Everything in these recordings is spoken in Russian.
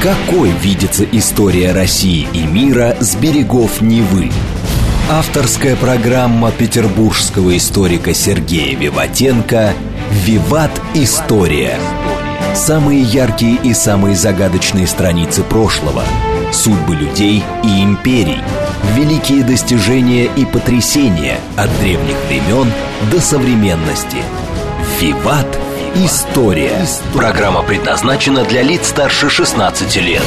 Какой видится история России и мира с берегов Невы? Авторская программа петербургского историка Сергея Виватенко «Виват. История». Самые яркие и самые загадочные страницы прошлого, судьбы людей и империй, великие достижения и потрясения от древних времен до современности. «Виват. История». Программа предназначена для лиц старше 16 лет.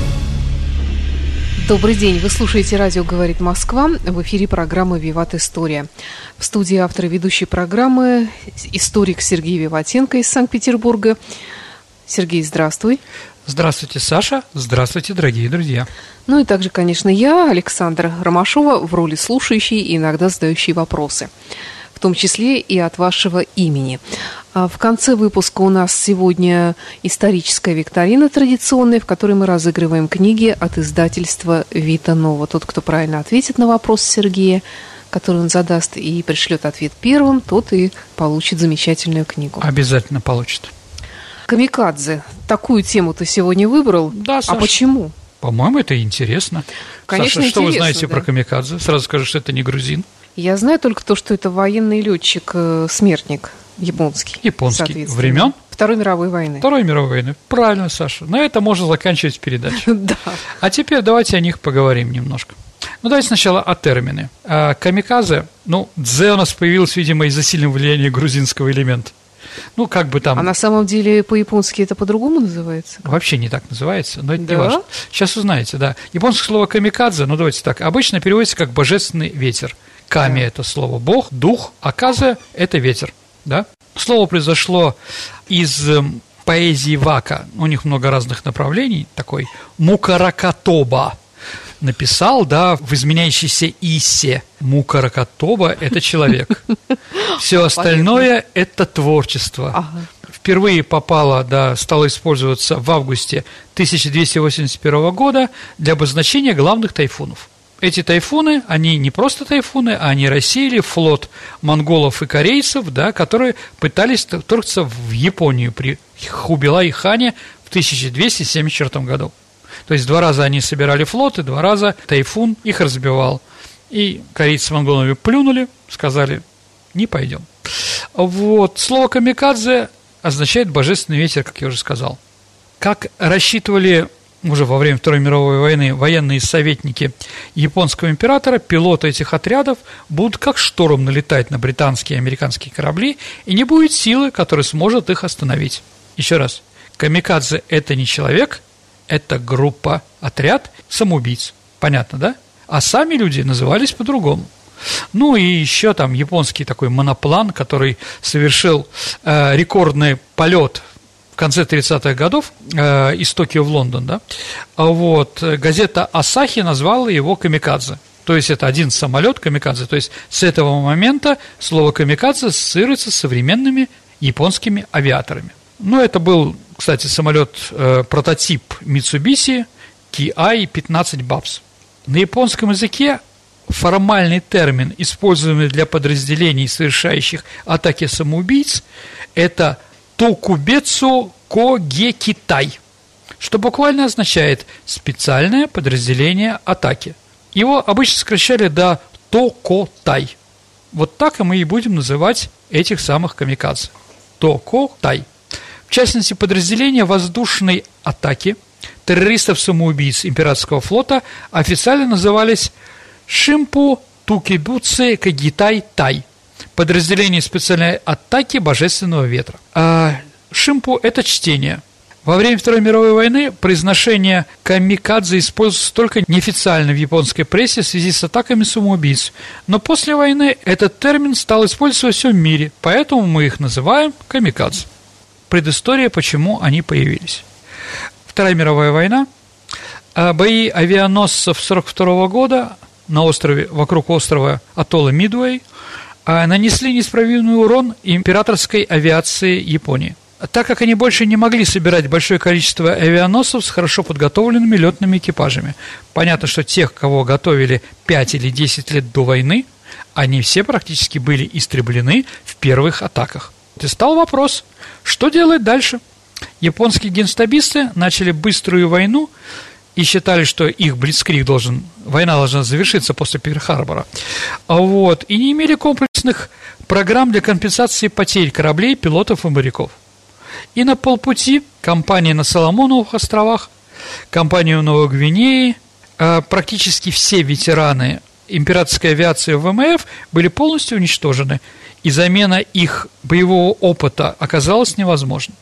Добрый день, вы слушаете «Радио говорит Москва», в эфире программы «Виват. История». В студии автор и ведущей программы историк Сергей Виватенко из Санкт-Петербурга. Сергей, здравствуй. Здравствуйте, Саша. Здравствуйте, дорогие друзья. Ну и также, конечно, я, Александра Ромашова, в роли слушающей и иногда задающей вопросы, в том числе и от вашего имени. В конце выпуска у нас сегодня историческая викторина традиционная, в которой мы разыгрываем книги от издательства «Вита Нова». Тот, кто правильно ответит на вопрос Сергея, который он задаст, и пришлет ответ первым, тот и получит замечательную книгу. Обязательно получит. Камикадзе. Такую тему ты сегодня выбрал? Да, Саша. А почему? По-моему, это интересно. Конечно, Саша, что вы знаете да. про камикадзе? Сразу скажу, что это не грузин. Я знаю только то, что это военный летчик-смертник японский. Японский. Времен? Второй мировой войны. Второй мировой войны. Правильно, Саша. На это можно заканчивать передачу. Да. А теперь давайте о них поговорим немножко. Ну, давайте сначала о термине. Камикадзе, дзе у нас появилось, видимо, из-за сильного влияния грузинского элемента. Ну, как бы там... А на самом деле по-японски это по-другому называется? Вообще не так называется, но это да? не важно. Сейчас узнаете, да. Японское слово камикадзе, давайте так, обычно переводится как «божественный ветер». Ками – это слово «бог», «дух», а казе – это «ветер». Да? Слово произошло из поэзии вака, у них много разных направлений, такой «мукаракатоба». Написал, да, в изменяющейся иссе. Мукаракатоба – это человек. Все остальное – это творчество. Ага. Впервые стало использоваться в августе 1281 года для обозначения главных тайфунов. Эти тайфуны, они не просто тайфуны, а они рассеяли флот монголов и корейцев, да, которые пытались вторгнуться в Японию при Хубилай-хане в 1274 году. То есть 2 раза они собирали флот, и 2 раза тайфун их разбивал. И корейцы с монголами плюнули, сказали, не пойдем. Вот. Слово камикадзе означает божественный ветер, как я уже сказал. Как рассчитывали уже во время Второй мировой войны военные советники японского императора, пилоты этих отрядов будут как шторм налетать на британские и американские корабли, и не будет силы, которая сможет их остановить. Еще раз, камикадзе – это не человек, это группа, отряд самоубийц. Понятно, да? А сами люди назывались по-другому. Ну и еще там японский такой моноплан, который совершил рекордный полет в конце 30-х годов из Токио в Лондон, да? Вот, газета «Асахи» назвала его камикадзе. То есть это один самолет камикадзе. То есть с этого момента слово камикадзе ассоциируется с современными японскими авиаторами. Ну, это был, кстати, самолет-прототип Mitsubishi Ki-15 Babs. На японском языке формальный термин, используемый для подразделений, совершающих атаки самоубийц, это «токубецу когекитай», что буквально означает «специальное подразделение атаки». Его обычно сокращали до «токотай». Вот так мы и будем называть этих самых камикадзе. «Токотай». В частности, подразделения воздушной атаки террористов-самоубийц императорского флота официально назывались «Шимпу Тукибуци Кагитай Тай», подразделение специальной атаки божественного ветра. А «Шимпу» – это чтение. Во время Второй мировой войны произношение камикадзе используется только неофициально в японской прессе в связи с атаками самоубийц. Но после войны этот термин стал использоваться во всем мире, поэтому мы их называем камикадзе. Предыстория, почему они появились. Вторая мировая война, бои авианосцев 1942 года на острове, вокруг острова атолла Мидуэй нанесли неисправимый урон императорской авиации Японии. Так как они больше не могли собирать большое количество авианосцев с хорошо подготовленными летными экипажами. Понятно, что тех, кого готовили 5 или 10 лет до войны, они все практически были истреблены в первых атаках. И стал вопрос, что делать дальше? Японские генштабисты начали быструю войну и считали, что их блицкриг война должна завершиться после Перл-Харбора. И не имели комплексных программ для компенсации потерь кораблей, пилотов и моряков. И на полпути компании на Соломоновых островах, компании в Новой Гвинее, практически все ветераны императорской авиации ВМФ были полностью уничтожены, и замена их боевого опыта оказалась невозможной.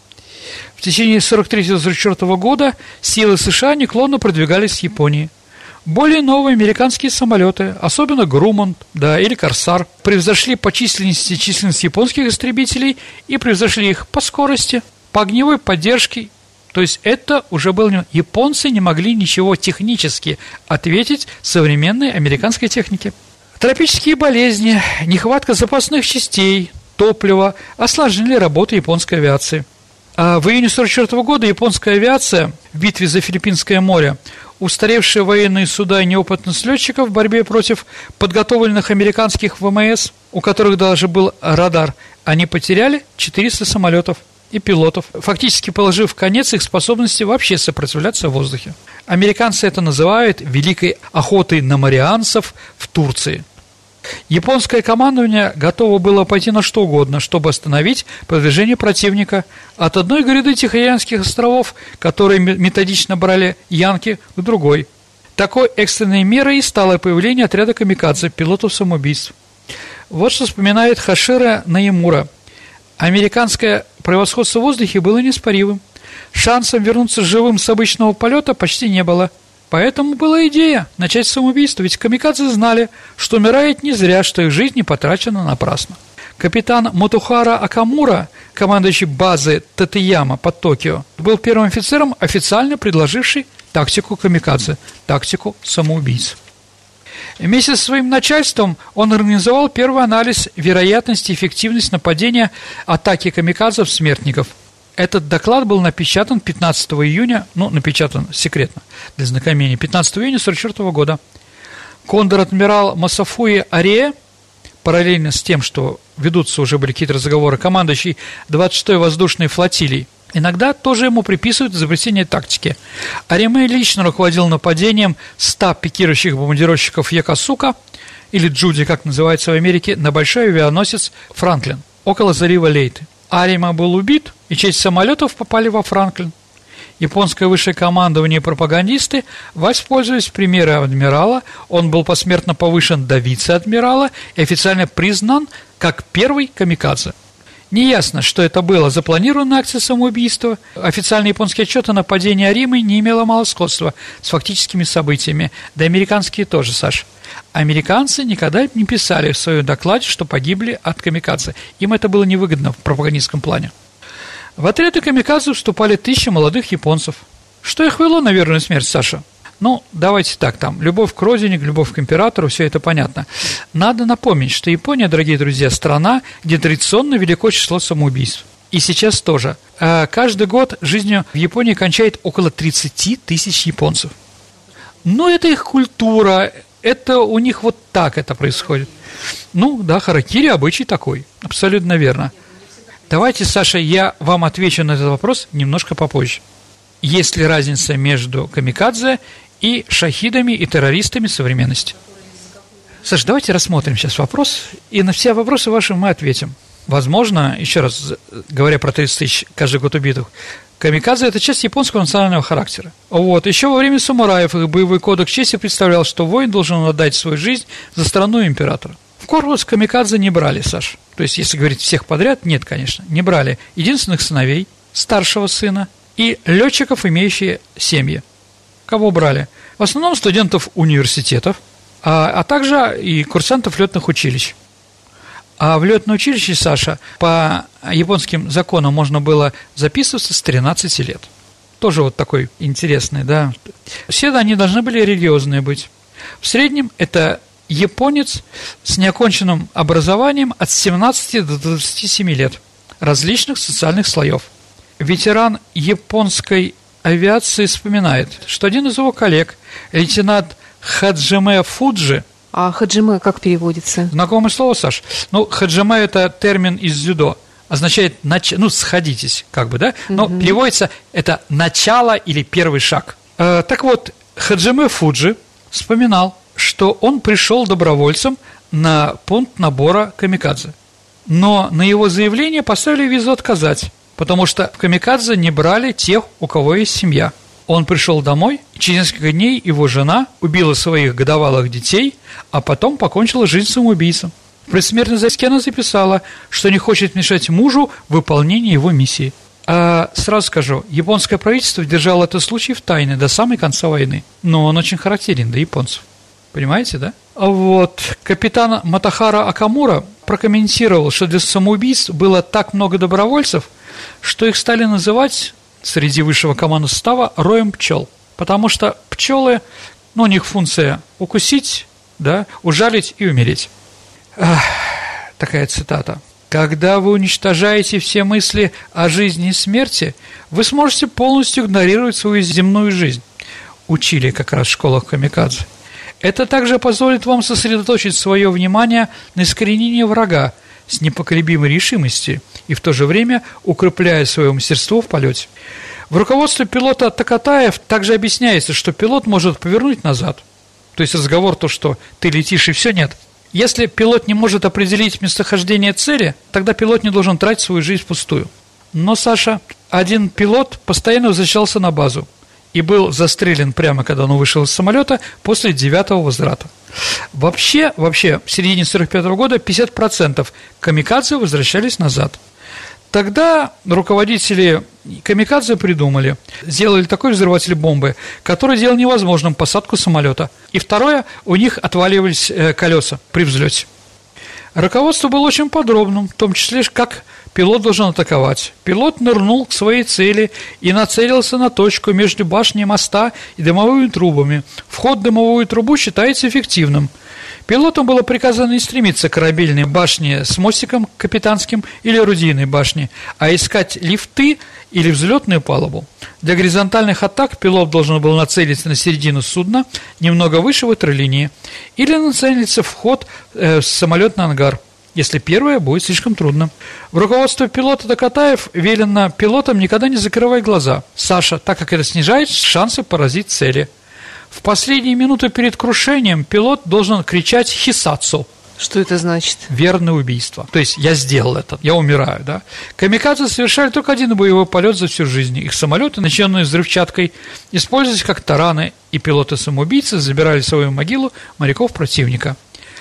В течение 1943-1944 года силы США неуклонно продвигались в Японии. Более новые американские самолеты, особенно Груммонд, или Корсар, превзошли по численности японских истребителей и превзошли их по скорости, по огневой поддержке. То есть это уже было... Японцы не могли ничего технически ответить современной американской технике. Тропические болезни, нехватка запасных частей, топлива осложнили работу японской авиации. А в июне 1944 года японская авиация в битве за Филиппинское море, устаревшие военные суда и неопытность летчиков в борьбе против подготовленных американских ВМС, у которых даже был радар, они потеряли 400 самолетов и пилотов, фактически положив конец их способности вообще сопротивляться в воздухе. Американцы это называют «великой охотой на марианцев в Турции». Японское командование готово было пойти на что угодно, чтобы остановить продвижение противника от одной гряды Тихоокеанских островов, которые методично брали янки, к другой. Такой экстренной мерой и стало появление отряда камикадзе, пилотов-самоубийств. Вот что вспоминает Хашира Наимура. Американское превосходство в воздухе было неоспоримым. Шансом вернуться живым с обычного полета почти не было. Поэтому была идея начать самоубийство, ведь камикадзе знали, что умирает не зря, что их жизнь не потрачена напрасно. Капитан Мотухара Акамура, командующий базы Татеяма под Токио, был первым офицером, официально предложивший тактику камикадзе, тактику самоубийц. Вместе со своим начальством он организовал первый анализ вероятности и эффективности нападения атаки камикадзе-смертников. Этот доклад был напечатан 15 июня, напечатан секретно, для знакомения, 15 июня 1944 года. Контр-адмирал Масафуи Ария, параллельно с тем, что ведутся уже были какие-то разговоры, командующий 26-й воздушной флотилией, иногда тоже ему приписывают изобретение тактики. Ариме лично руководил нападением 100 пикирующих бомбардировщиков Якосука, или Джуди, как называется в Америке, на большой авианосец Франклин, около залива Лейты. Арима был убит, и часть самолетов попали во Франклин. Японское высшее командование и пропагандисты воспользовались примером адмирала, он был посмертно повышен до вице-адмирала и официально признан как первый камикадзе. Неясно, что это было запланированная акция самоубийства. Официальный японский отчет о нападении Аримы не имело мало сходства с фактическими событиями, да и американские тоже, Саш. Американцы никогда не писали в своем докладе, что погибли от камикадзе. Им это было невыгодно в пропагандистском плане. В отряды камикадзе вступали 1000 молодых японцев. Что их вело на верную смерть, Саша? Давайте так, любовь к родине, любовь к императору, все это понятно. Надо напомнить, что Япония, дорогие друзья, страна, где традиционно велико число самоубийств. И сейчас тоже. Каждый год жизнью в Японии кончает около 30 тысяч японцев. Это их культура, это у них вот так это происходит. Харакири обычай такой, абсолютно верно. Давайте, Саша, я вам отвечу на этот вопрос немножко попозже. Есть ли разница между камикадзе и шахидами и террористами современности? Саша, давайте рассмотрим сейчас вопрос, и на все вопросы ваши мы ответим. Возможно, еще раз говоря про 30 тысяч каждый год убитых, камикадзе – это часть японского национального характера. Еще во время самураев их боевой кодекс чести представлял, что воин должен отдать свою жизнь за страну и императора. В корпус камикадзе не брали, Саш. То есть, если говорить всех подряд, нет, конечно, не брали единственных сыновей, старшего сына и летчиков, имеющие семьи. Кого брали? В основном студентов университетов, а также и курсантов летных училищ. А в летное училище, Саша, по японским законам можно было записываться с 13 лет. Тоже вот такой интересный, да. Все они должны были религиозные быть. В среднем это японец с неоконченным образованием от 17 до 27 лет, различных социальных слоев. Ветеран японской авиации вспоминает, что один из его коллег, лейтенант Хаджиме Фуджи. А хаджиме как переводится? Знакомое слово, Саш? Хаджиме – это термин из дзюдо. означает, сходитесь, как бы, да, но переводится это начало или первый шаг. Так вот, Хаджиме Фуджи вспоминал, что он пришел добровольцем на пункт набора камикадзе. Но на его заявление поставили визу отказать, потому что в камикадзе не брали тех, у кого есть семья. Он пришел домой, и через несколько дней его жена убила своих годовалых детей, а потом покончила жизнь самоубийцем. В предсмертной записке она записала, что не хочет мешать мужу в выполнении его миссии. А сразу скажу, японское правительство держало этот случай в тайне до самого конца войны. Но он очень характерен для японцев. Понимаете, да? А вот капитан Матахара Акамура прокомментировал, что для самоубийств было так много добровольцев, что их стали называть среди высшего командного состава роем пчел. Потому что пчелы, у них функция укусить, да, ужалить и умереть. Такая цитата. Когда вы уничтожаете все мысли о жизни и смерти, вы сможете полностью игнорировать свою земную жизнь. Учили как раз в школах камикадзе. Это также позволит вам сосредоточить свое внимание на искоренении врага с непоколебимой решимостью и в то же время укрепляя свое мастерство в полете. В руководстве пилота Такатаев также объясняется, что пилот может повернуть назад. То есть разговор то, что ты летишь и все, нет. Если пилот не может определить местохождение цели, тогда пилот не должен тратить свою жизнь впустую. Но, Саша, один пилот постоянно возвращался на базу и был застрелен прямо, когда он вышел из самолета после 9-го возврата. Вообще, в середине 1945 года 50% камикадзе возвращались назад. Тогда руководители камикадзе сделали такой взрыватель бомбы, который делал невозможным посадку самолета. И второе, у них отваливались колеса при взлете. Руководство было очень подробным, в том числе, как пилот должен атаковать. Пилот нырнул к своей цели и нацелился на точку между башней моста и дымовыми трубами. Вход в дымовую трубу считается эффективным. Пилотам было приказано не стремиться к корабельной башне с мостиком капитанским или орудийной башне, а искать лифты или взлетную палубу. Для горизонтальных атак пилот должен был нацелиться на середину судна, немного выше ватерлинии, или нацелиться в вход в самолетный ангар, если первое будет слишком трудно. В руководстве пилота Такатаев велено пилотам никогда не закрывать глаза, Саша, так как это снижает шансы поразить цели. В последние минуты перед крушением пилот должен кричать «хисацу». Что это значит? Верное убийство. То есть я сделал это, я умираю, да. Камикадзе совершали только один боевой полет за всю жизнь. Их самолеты, начиненные взрывчаткой, использовались как тараны, и пилоты-самоубийцы забирали в свою могилу моряков противника.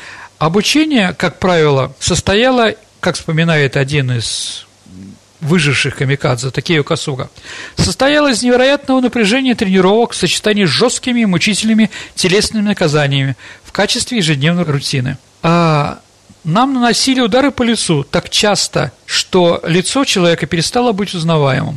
Обучение, как правило, состояло, как вспоминает один из выживших камикадзе, Такею Касуга, состояло из невероятного напряжения тренировок в сочетании с жесткими и мучительными телесными наказаниями в качестве ежедневной рутины. Нам наносили удары по лицу так часто, что лицо человека перестало быть узнаваемым.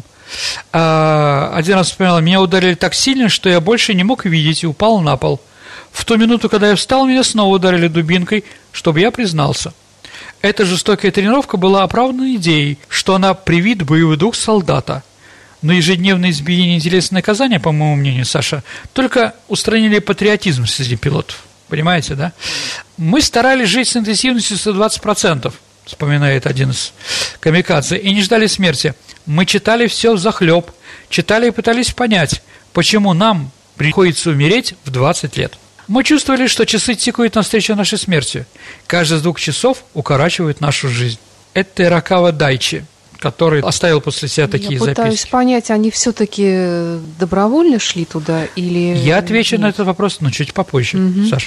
Один раз вспоминал, меня ударили так сильно, что я больше не мог видеть и упал на пол. В ту минуту, когда я встал, меня снова ударили дубинкой, чтобы я признался. Эта жестокая тренировка была оправданной идеей, что она привит боевой дух солдата. Но ежедневное избиение и телесные наказания, по моему мнению, Саша, только устранили патриотизм среди пилотов. Понимаете, да? Мы старались жить с интенсивностью 120%, вспоминает один из камикадзе, и не ждали смерти. Мы читали все взахлеб, читали и пытались понять, почему нам приходится умереть в 20 лет. Мы чувствовали, что часы тикают навстречу нашей смерти. Каждый из 2 часов укорачивает нашу жизнь. Это Иракава Дайчи, который оставил после себя такие записки. Я пытаюсь понять, они все-таки добровольно шли туда или... Я отвечу на этот вопрос, но чуть попозже, Саша.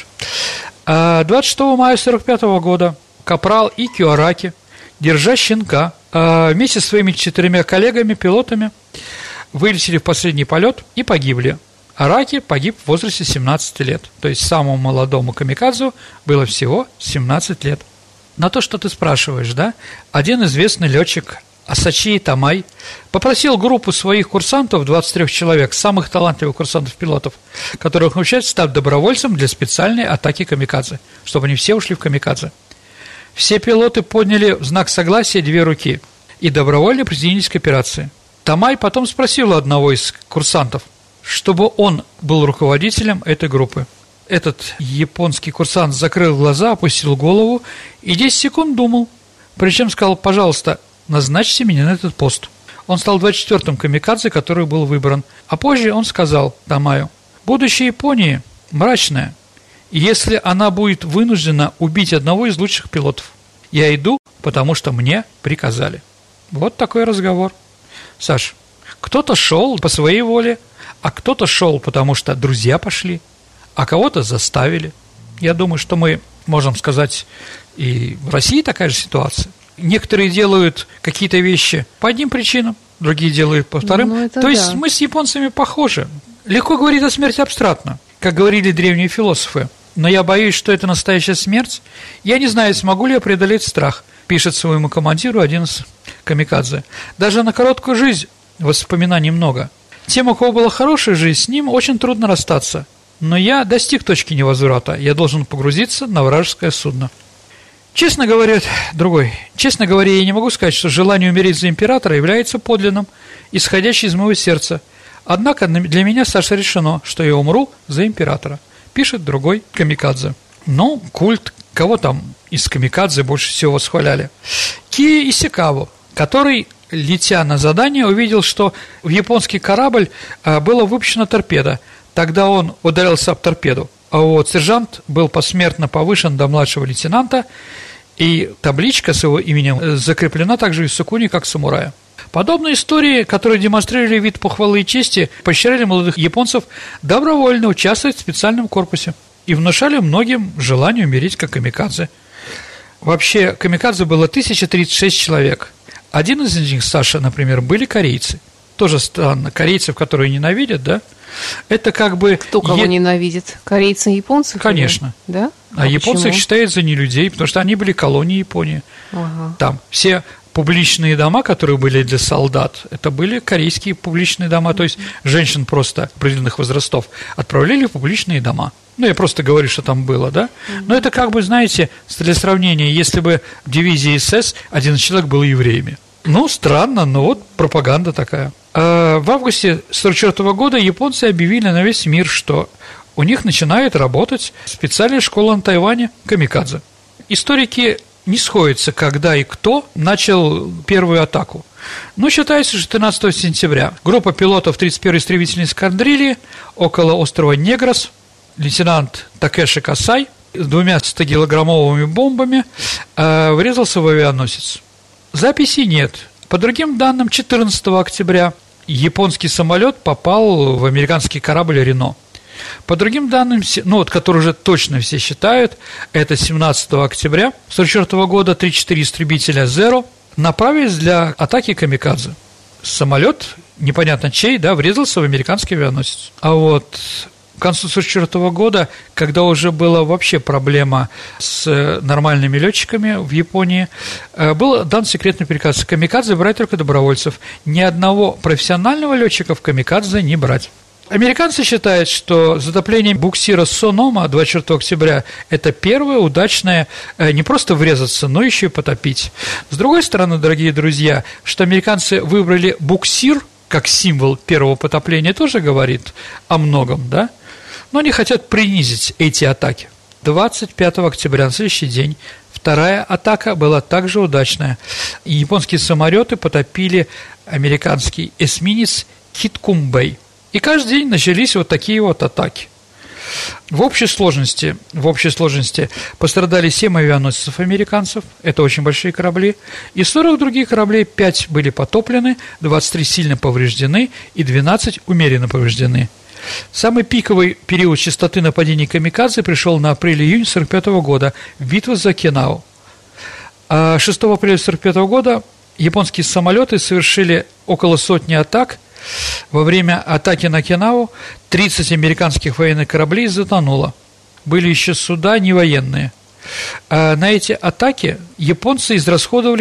26 мая 1945 года капрал Икио Араки, держа щенка, вместе со своими 4 коллегами-пилотами вылетели в последний полет и погибли. Араки погиб в возрасте 17 лет, то есть самому молодому камикадзе было всего 17 лет. На то, что ты спрашиваешь, да, один известный летчик Асачи Тамай попросил группу своих курсантов, 23 человек, самых талантливых курсантов-пилотов, которых научат стать добровольцем для специальной атаки камикадзе, чтобы они все ушли в камикадзе. Все пилоты подняли в знак согласия 2 руки и добровольно присоединились к операции. Тамай потом спросил у одного из курсантов, чтобы он был руководителем этой группы. Этот японский курсант закрыл глаза, опустил голову и 10 секунд думал, причем сказал: пожалуйста, назначьте меня на этот пост. Он стал 24-м камикадзе, который был выбран. А позже он сказал Тамаю: будущее Японии мрачное, и если она будет вынуждена убить одного из лучших пилотов, я иду, потому что мне приказали. Вот такой разговор. Саш, кто-то шел по своей воле, а кто-то шел, потому что друзья пошли, а кого-то заставили. Я думаю, что мы можем сказать, и в России такая же ситуация. Некоторые делают какие-то вещи по одним причинам, другие делают по вторым. То есть мы с японцами похожи. Легко говорить о смерти абстрактно, как говорили древние философы. Но я боюсь, что это настоящая смерть. Я не знаю, смогу ли я преодолеть страх, пишет своему командиру один из камикадзе. Даже на короткую жизнь воспоминаний много. Тем, у кого была хорошая жизнь, с ним очень трудно расстаться. Но я достиг точки невозврата. Я должен погрузиться на вражеское судно. Честно говоря, я не могу сказать, что желание умереть за императора является подлинным, исходящим из моего сердца. Однако для меня, Саша, решено, что я умру за императора, пишет другой камикадзе. Ну, культ, кого там из камикадзе больше всего восхваляли? Кия Исикаву, который, летя на задание, увидел, что в японский корабль была выпущена торпеда. Тогда он ударился об торпеду. А вот сержант был посмертно повышен до младшего лейтенанта, и табличка с его именем закреплена также и в сукуне, как самурая. Подобные истории, которые демонстрировали вид похвалы и чести, поощряли молодых японцев добровольно участвовать в специальном корпусе и внушали многим желание умереть как камикадзе. Вообще, камикадзе было 1036 человек. Один из них, Саша, например, были корейцы. Тоже странно, корейцев, которые ненавидят, да? Это как бы... Кто кого ненавидит? Корейцы и японцы? Конечно. Да? А японцы их считают за нелюдей, потому что они были колонией Японии. Ага. Там все публичные дома, которые были для солдат, это были корейские публичные дома, то есть женщин просто определенных возрастов отправляли в публичные дома. Ну, я просто говорю, что там было, да? Но это как бы, знаете, для сравнения, если бы в дивизии СС один человек был евреями. Ну, странно, но вот пропаганда такая. В августе 1944 года японцы объявили на весь мир, что у них начинает работать специальная школа на Тайване камикадзе. Историки не сходятся, когда и кто начал первую атаку. Но считается, что 13 сентября группа пилотов 31-й истребительной эскадрильи около острова Негрос, лейтенант Такеши Касай с 2 100-килограммовыми бомбами врезался в авианосец. Записей нет. По другим данным, 14 октября японский самолет попал в американский корабль «Рено». По другим данным, которые уже точно все считают, это 17 октября 1944 года 3-4 истребителя «Зеро» направились для атаки камикадзе. Самолет, непонятно чей, врезался в американский авианосец. А вот к концу 1944 года, когда уже была вообще проблема с нормальными летчиками в Японии, был дан секретный приказ: камикадзе брать только добровольцев, ни одного профессионального летчика в камикадзе не брать. Американцы считают, что затопление буксира Сонома 24 октября – это первое удачное не просто врезаться, но еще и потопить. С другой стороны, дорогие друзья, что американцы выбрали буксир как символ первого потопления, тоже говорит о многом, да? Но они хотят принизить эти атаки. 25 октября, на следующий день, вторая атака была также удачная. И японские самолеты потопили американский эсминец Киткумбэй. И каждый день начались вот такие вот атаки. В общей сложности пострадали 7 авианосцев американцев, это очень большие корабли, и 40 других кораблей, 5 были потоплены, 23 сильно повреждены и 12 умеренно повреждены. Самый пиковый период частоты нападений камикадзе пришел на апрель-июнь 1945 года, битва за Окинаву. А 6 апреля 1945 года японские самолеты совершили около сотни атак. Во время атаки на Окинаву 30 американских военных кораблей затонуло. Были еще суда невоенные. А на эти атаки японцы израсходовали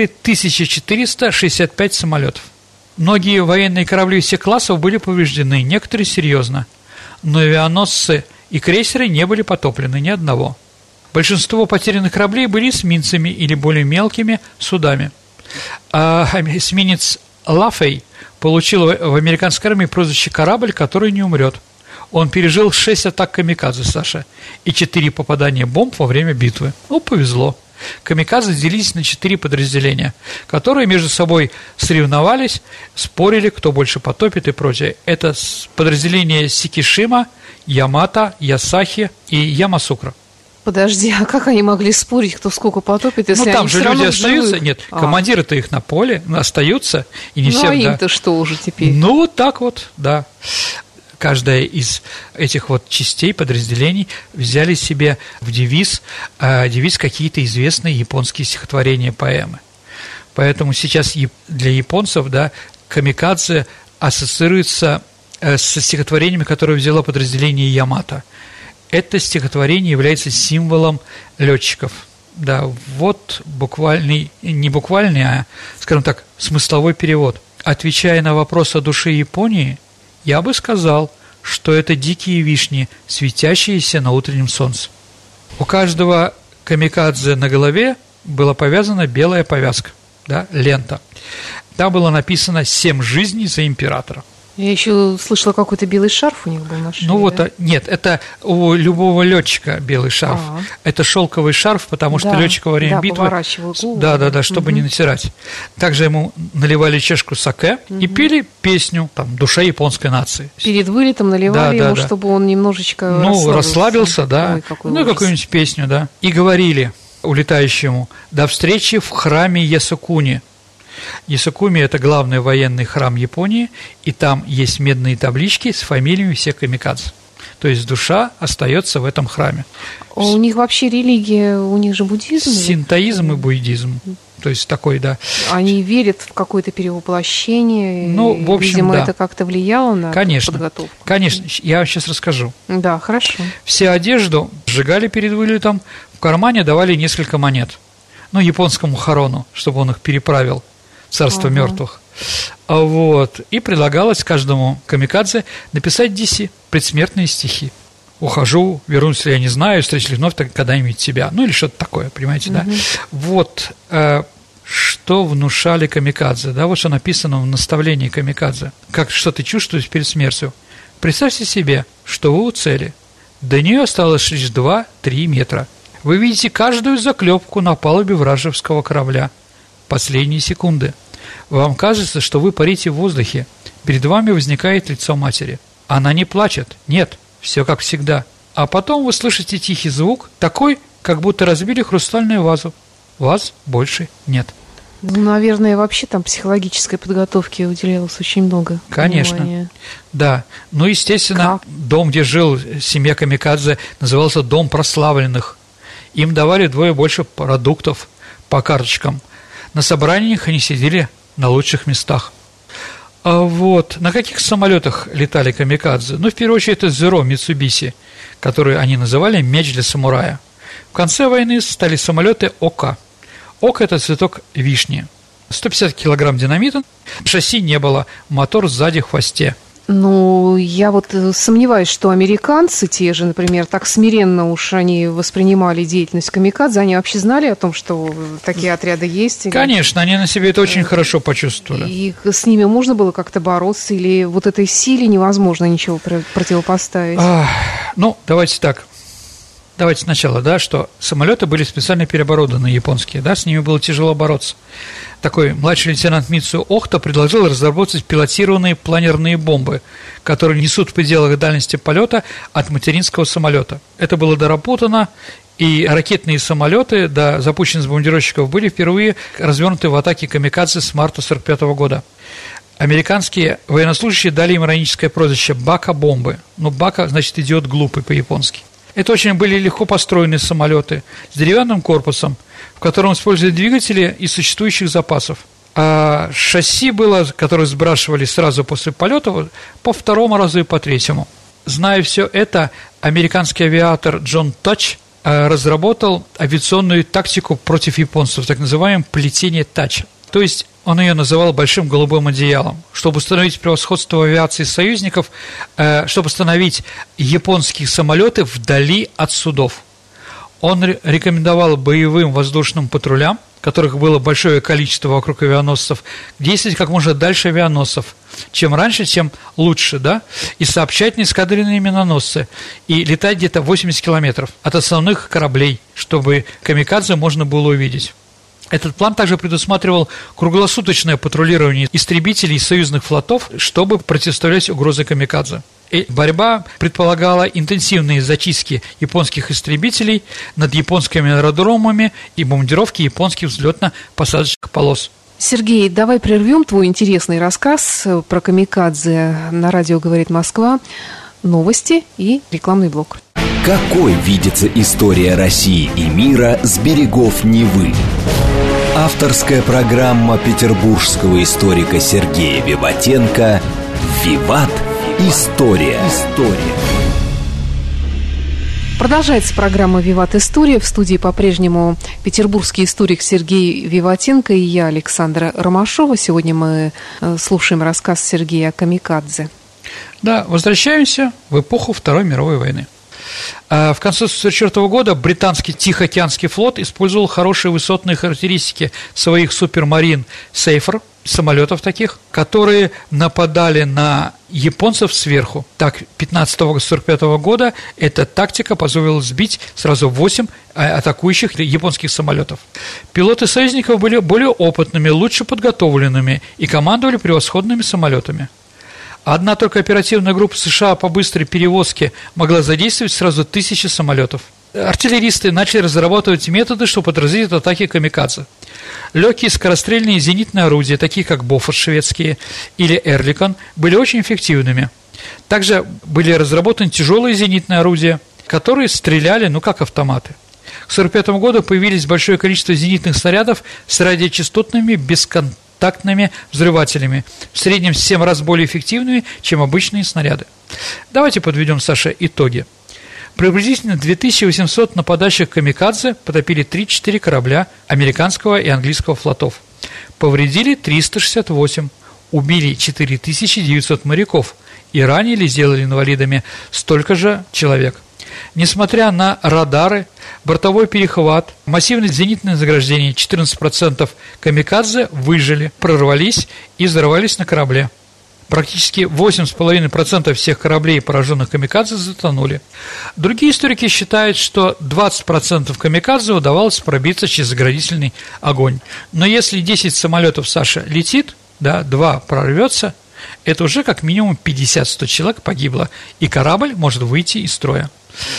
1465 самолетов. Многие военные корабли всех классов были повреждены, некоторые серьезно. Но авианосцы и крейсеры не были потоплены, ни одного. Большинство потерянных кораблей были эсминцами или более мелкими судами. А эсминец Лафей получил в американской армии прозвище «корабль, который не умрет». Он пережил 6 атак камикадзе, Саша, и 4 попадания бомб во время битвы. Повезло. камикадзе делились на 4 подразделения, которые между собой соревновались, спорили, кто больше потопит и прочее. Это подразделения Сикишима, Ямато, Ясахи и Ямасукра. Подожди, а как они могли спорить, кто сколько потопит, если там они же все равно люди остаются, живых? нет, командиры-то их на поле остаются, и не все. А им-то что уже теперь? Ну, вот так вот, да. Каждая из этих вот частей, подразделений взяли себе в девиз какие-то известные японские стихотворения, поэмы. Поэтому сейчас для японцев, да, камикадзе ассоциируется со стихотворениями, которые взяло подразделение Ямато. Это стихотворение является символом летчиков. Да, вот не буквальный, а, скажем так, смысловой перевод. Отвечая на вопрос о душе Японии, я бы сказал, что это дикие вишни, светящиеся на утреннем солнце. У каждого камикадзе на голове была повязана белая повязка, да, лента. Там было написано «7 жизней за императора». Я еще слышала, какой-то белый шарф у них был на шее. Ну вот, да? нет, это у любого летчика белый шарф. Это шелковый шарф, потому что летчик во время битвы, да, чтобы не натирать. Также ему наливали чашку саке и пели песню там «Душа японской нации». Перед вылетом наливали ему, чтобы он немножечко расслабился, да. Ой, Какую-нибудь песню, да. И говорили улетающему: «До встречи в храме Ясукуни». Ясукуми – это главный военный храм Японии, и там есть медные таблички с фамилиями всех камикадзе. То есть душа остается в этом храме. У них вообще религия, у них же буддизм? Синтоизм и буддизм. То есть такой, да. Они верят в какое-то перевоплощение? Ну, в общем, видимо, да. это как-то влияло на подготовку? Конечно, я вам сейчас расскажу. Да, хорошо. Все одежду сжигали перед вылетом, в кармане давали несколько монет. Ну, японскому харону, чтобы он их переправил. Царство мертвых. Вот. И предлагалось каждому камикадзе написать DC, предсмертные стихи. Ухожу, вернусь ли я не знаю, встречу ли вновь когда-нибудь тебя. Ну, или что-то такое, понимаете, да? Вот что внушали камикадзе, да, вот что написано в наставлении камикадзе. Что ты чувствуешь перед смертью. Представьте себе, что вы у цели. До нее осталось лишь 2-3 метра. Вы видите каждую заклепку на палубе вражеского корабля. Последние секунды. Вам кажется, что вы парите в воздухе. Перед вами возникает лицо матери. Она не плачет. Нет, все как всегда. А потом вы слышите тихий звук, такой, как будто разбили хрустальную вазу. Вас больше нет. Ну, наверное, вообще там психологической подготовки уделялось очень много. Конечно. Внимания. Да. Ну, естественно, дом, где жил семья камикадзе, назывался «Дом прославленных». Им давали вдвое больше продуктов по карточкам. На собраниях они сидели на лучших местах. А вот на каких самолетах летали камикадзе? Ну, в первую очередь, это Zero Mitsubishi, который они называли «Меч для самурая». В конце войны стали самолеты ОК. ОК – это цветок вишни. 150 килограмм динамита, шасси не было, мотор сзади в хвосте. Ну, я вот сомневаюсь, что американцы те же, например, так смиренно уж они воспринимали деятельность камикадзе, они вообще знали о том, что такие отряды есть? Конечно, они на себе это очень хорошо почувствовали. И с ними можно было как-то бороться, или вот этой силе невозможно ничего противопоставить? Ну, давайте так. Давайте сначала, да, что самолеты были специально переоборудованы японские, да, с ними было тяжело бороться. Такой младший лейтенант Мицу Охта предложил разработать пилотированные планерные бомбы, которые несут в пределах дальности полета от материнского самолета. Это было доработано, и ракетные самолеты, да, запущенные с бомбардировщиков, были впервые развернуты в атаке камикадзе с марта 1945 года. Американские военнослужащие дали им ироническое прозвище «Бака-бомбы». Ну, «бака» значит «идиот глупый» по-японски. Это очень были легко построенные самолеты с деревянным корпусом, в котором использовали двигатели из существующих запасов. А шасси было, которое сбрасывали сразу после полета, по второму разу и по третьему. Зная все это, американский авиатор Джон Тач разработал авиационную тактику против японцев, так называемое плетение Тача. То есть он ее называл «большим голубым одеялом», чтобы установить превосходство авиации союзников, чтобы установить японские самолеты вдали от судов. Он рекомендовал боевым воздушным патрулям, которых было большое количество вокруг авианосцев, действовать как можно дальше авианосцев. Чем раньше, тем лучше, да? И сообщать на эскадренные миноносцы. И летать где-то 80 километров от основных кораблей, чтобы камикадзе можно было увидеть. Этот план также предусматривал круглосуточное патрулирование истребителей союзных флотов, чтобы противостоять угрозе камикадзе. И борьба предполагала интенсивные зачистки японских истребителей над японскими аэродромами и бомбардировки японских взлетно-посадочных полос. Сергей, давай прервем твой интересный рассказ про камикадзе. На радио «Говорит Москва», новости и рекламный блок. Какой видится история России и мира с берегов Невы? Авторская программа петербургского историка Сергея Виватенко «Виват. История». Продолжается программа «Виват. История». В студии по-прежнему петербургский историк Сергей Виватенко и я, Александра Ромашова. Сегодня мы слушаем рассказ Сергея о камикадзе. Да, возвращаемся в эпоху Второй мировой войны. В конце 1944 года британский Тихоокеанский флот использовал хорошие высотные характеристики своих супермарин «Сейфер», самолетов таких, которые нападали на японцев сверху. Так, 15 августа 1945 года эта тактика позволила сбить сразу 8 атакующих японских самолетов. Пилоты союзников были более опытными, лучше подготовленными и командовали превосходными самолетами. Одна только оперативная группа США по быстрой перевозке могла задействовать сразу 1000 самолетов. Артиллеристы начали разрабатывать методы, чтобы отразить атаки камикадзе. Легкие скорострельные зенитные орудия, такие как Бофорт шведские или Эрликон, были очень эффективными. Также были разработаны тяжелые зенитные орудия, которые стреляли, как автоматы. К 1945 году появились большое количество зенитных снарядов с радиочастотными бесконтактными взрывателями, в среднем в 7 раз более эффективными, чем обычные снаряды. Давайте подведем, Саша, итоги. Приблизительно 2800 нападающих камикадзе потопили 3-4 корабля американского и английского флотов. Повредили 368, убили 4900 моряков и ранили, сделали инвалидами столько же человек. Несмотря на радары, бортовой перехват, массивное зенитное заграждение, 14% камикадзе выжили, прорвались и взорвались на корабле. Практически 8,5% всех кораблей, пораженных камикадзе, затонули. Другие историки считают, что 20% камикадзе удавалось пробиться через заградительный огонь. Но если 10 самолетов, Саша, летит, 2 прорвется, это уже как минимум 50-100 человек погибло, и корабль может выйти из строя.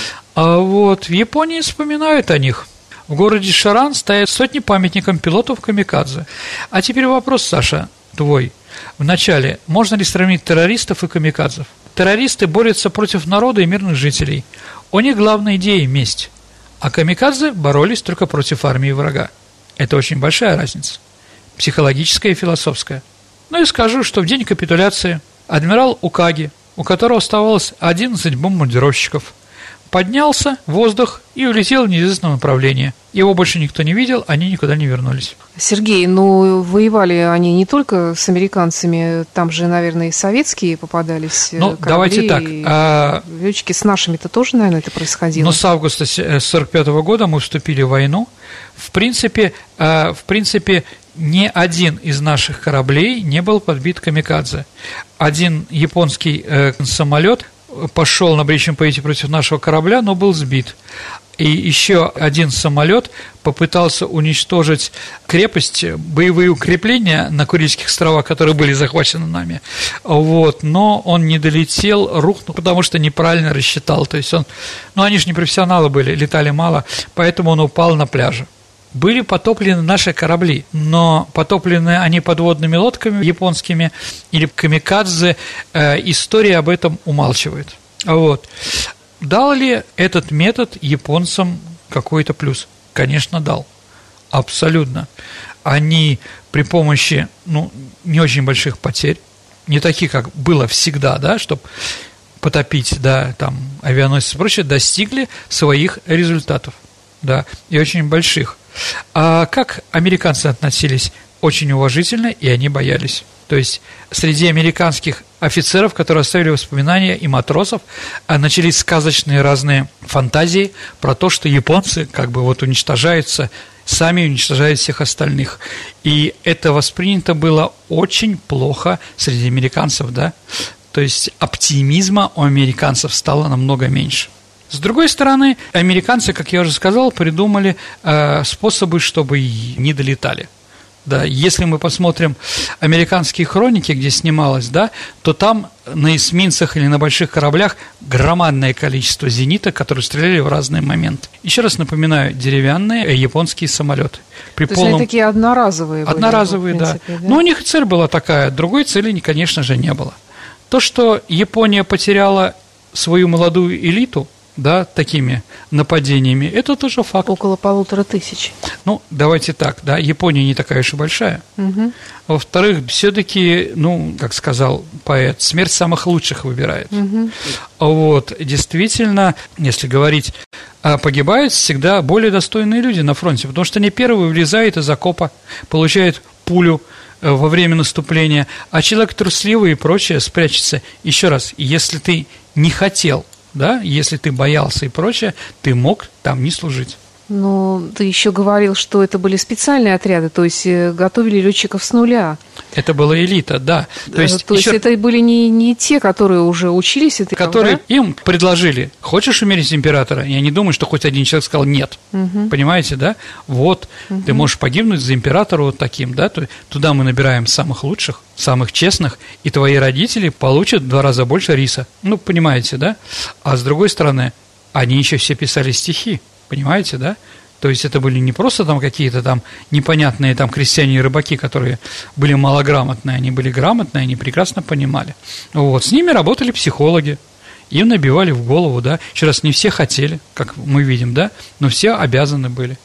А в Японии вспоминают о них. В городе Шаран стоят сотни памятников пилотов камикадзе. А теперь вопрос, Саша, твой. Вначале, можно ли сравнить террористов и камикадзев? Террористы борются против народа и мирных жителей. У них главная идея – месть. А камикадзе боролись только против армии врага. Это очень большая разница. Психологическая и философская. И скажу, что в день капитуляции адмирал Укаги, у которого оставалось 11 бомбардировщиков, поднялся в воздух и улетел в неизвестном направлении. Его больше никто не видел, они никуда не вернулись. Сергей, воевали они не только с американцами, там же, наверное, и советские попадались корабли. Давайте так. Летчики с нашими-то тоже, наверное, это происходило. С августа 1945 года мы вступили в войну. В принципе, ни один из наших кораблей не был подбит камикадзе. Один японский самолет пошел на Брестском поясе против нашего корабля, но был сбит. И еще один самолет попытался уничтожить крепость, боевые укрепления на Курильских островах, которые были захвачены нами. Но он не долетел, рухнул, потому что неправильно рассчитал. То есть они же не профессионалы были, летали мало, поэтому он упал на пляже. Были потоплены наши корабли, но потоплены они подводными лодками японскими или камикадзе, история об этом умалчивает. Дал ли этот метод японцам какой-то плюс? Конечно, дал. Абсолютно. Они при помощи, не очень больших потерь, не таких, как было всегда, чтобы потопить, авианосцы и прочее, достигли своих результатов, и очень больших. А как американцы относились? Очень уважительно, и они боялись. То есть среди американских офицеров, которые оставили воспоминания, и матросов, начались сказочные разные фантазии про то, что японцы как бы вот уничтожаются, сами уничтожают всех остальных. И это воспринято было очень плохо среди американцев, да. То есть оптимизма у американцев стало намного меньше. С другой стороны, американцы, как я уже сказал, придумали способы, чтобы не долетали. Да, если мы посмотрим американские хроники, где снималось, да, то там на эсминцах или на больших кораблях громадное количество зениток, которые стреляли в разные моменты. Еще раз напоминаю, деревянные японские самолеты. То есть они такие одноразовые были? Одноразовые, в принципе, да. Но у них цель была такая, другой цели, конечно же, не было. То, что Япония потеряла свою молодую элиту, да, такими нападениями, это тоже факт. Около 1500. Ну, давайте так, да, Япония не такая уж и большая. Угу. Во-вторых, все-таки, ну, как сказал поэт, смерть самых лучших выбирает. Угу. Вот, действительно, если говорить, погибают всегда более достойные люди на фронте, потому что они первые влезают из окопа, получают пулю во время наступления, а человек трусливый и прочее спрячется. Еще раз, если ты не хотел, да, если ты боялся и прочее, ты мог там не служить. Но ты еще говорил, что это были специальные отряды, то есть готовили летчиков с нуля. Это была элита, да. То есть это были не те, которые уже учились, которые да? Им предложили: хочешь умереть императора? Я не думаю, что хоть один человек сказал нет. Угу. Понимаете, да? Вот, ты можешь погибнуть за императора вот таким, да? Туда мы набираем самых лучших, самых честных, и твои родители получат в 2 раза больше риса. Ну, понимаете, да? А с другой стороны, они еще все писали стихи. Понимаете, да? То есть это были не просто там какие-то там непонятные там крестьяне и рыбаки, которые были малограмотные, они были грамотные, они прекрасно понимали. Вот, с ними работали психологи, им набивали в голову, да, еще раз, не все хотели, как мы видим, да, но все обязаны были.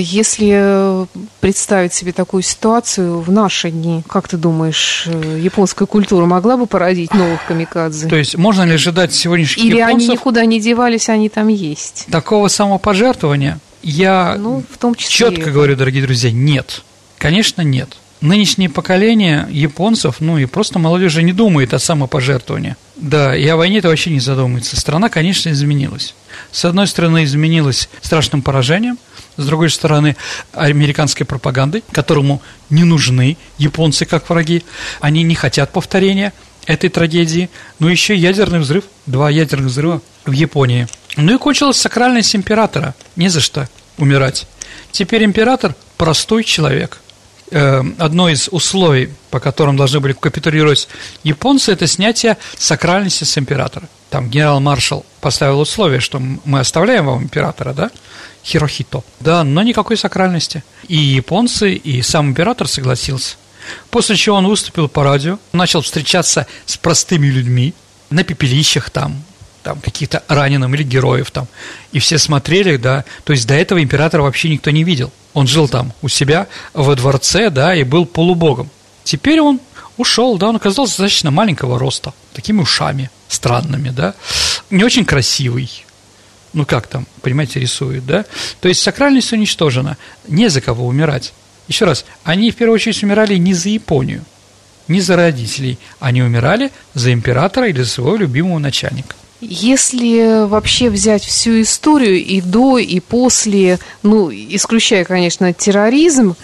Если представить себе такую ситуацию в наши дни, как ты думаешь, японская культура могла бы породить новых камикадзе? То есть можно ли ожидать сегодняшних японцев? Или японцев? они никуда не девались, они там есть? Такого самопожертвования я в том числе четко говорю, дорогие друзья, нет. Конечно, нет. Нынешнее поколение японцев, ну и просто молодежь не думает о самопожертвовании. Да, и о войне-то вообще не задумывается. Страна, конечно, изменилась. С одной стороны, изменилась страшным поражением, с другой стороны, американской пропагандой, которому не нужны японцы как враги. Они не хотят повторения этой трагедии. Но еще ядерный взрыв, 2 ядерных взрыва в Японии. Ну и кончилась сакральность императора. Не за что умирать. Теперь император – простой человек. Одно из условий, по которым должны были капитулировать японцы, это снятие сакральности с императора. Там генерал-маршал поставил условие, что мы оставляем вам императора, да, Хирохито, да, но никакой сакральности. И японцы, и сам император согласился. После чего он выступил по радио, начал встречаться с простыми людьми на пепелищах там каких-то раненых или героев там, и все смотрели, да, то есть до этого императора вообще никто не видел. Он жил там у себя во дворце, да, и был полубогом. Теперь он ушел, да, он оказался достаточно маленького роста, такими ушами странными, да, не очень красивый. Ну, как там, понимаете, рисует, да? То есть сакральность уничтожена, не за кого умирать. Еще раз, они в первую очередь умирали не за Японию, не за родителей, они умирали за императора или за своего любимого начальника. Если вообще взять всю историю и до, и после, ну, исключая, конечно, терроризм,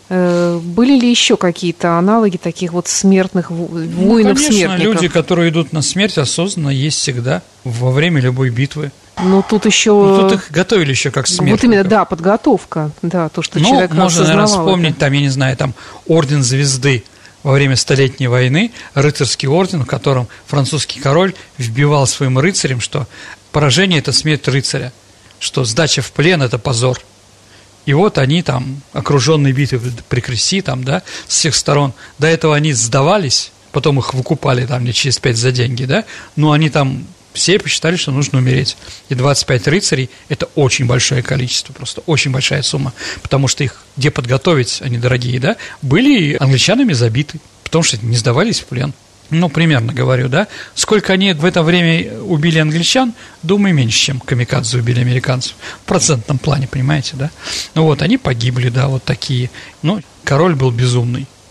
были ли еще какие-то аналоги таких вот смертных воинов-смертников? Конечно, люди, которые идут на смерть осознанно, есть всегда во время любой битвы. Но тут еще... тут их готовили еще как смертников. Вот именно, да, подготовка, да, то, что человек осознавал. Можно, наверное, вспомнить, там, я не знаю, там, Орден Звезды. Во время Столетней войны рыцарский орден, в котором французский король вбивал своим рыцарям, что поражение – это смерть рыцаря, что сдача в плен – это позор. И вот они там, окруженные битвой при Креси, там, да, с всех сторон, до этого они сдавались, потом их выкупали там через 5 за деньги, да, но они там все посчитали, что нужно умереть. И 25 рыцарей – это очень большое количество, просто очень большая сумма, потому что их где подготовить, они дорогие, да, были англичанами забиты, потому что не сдавались в плен. Ну, примерно говорю, да. Сколько они в это время убили англичан, думаю, меньше, чем камикадзе убили американцев. В процентном плане, понимаете, да. Ну вот, они погибли, да, вот такие. Ну, король был безумный.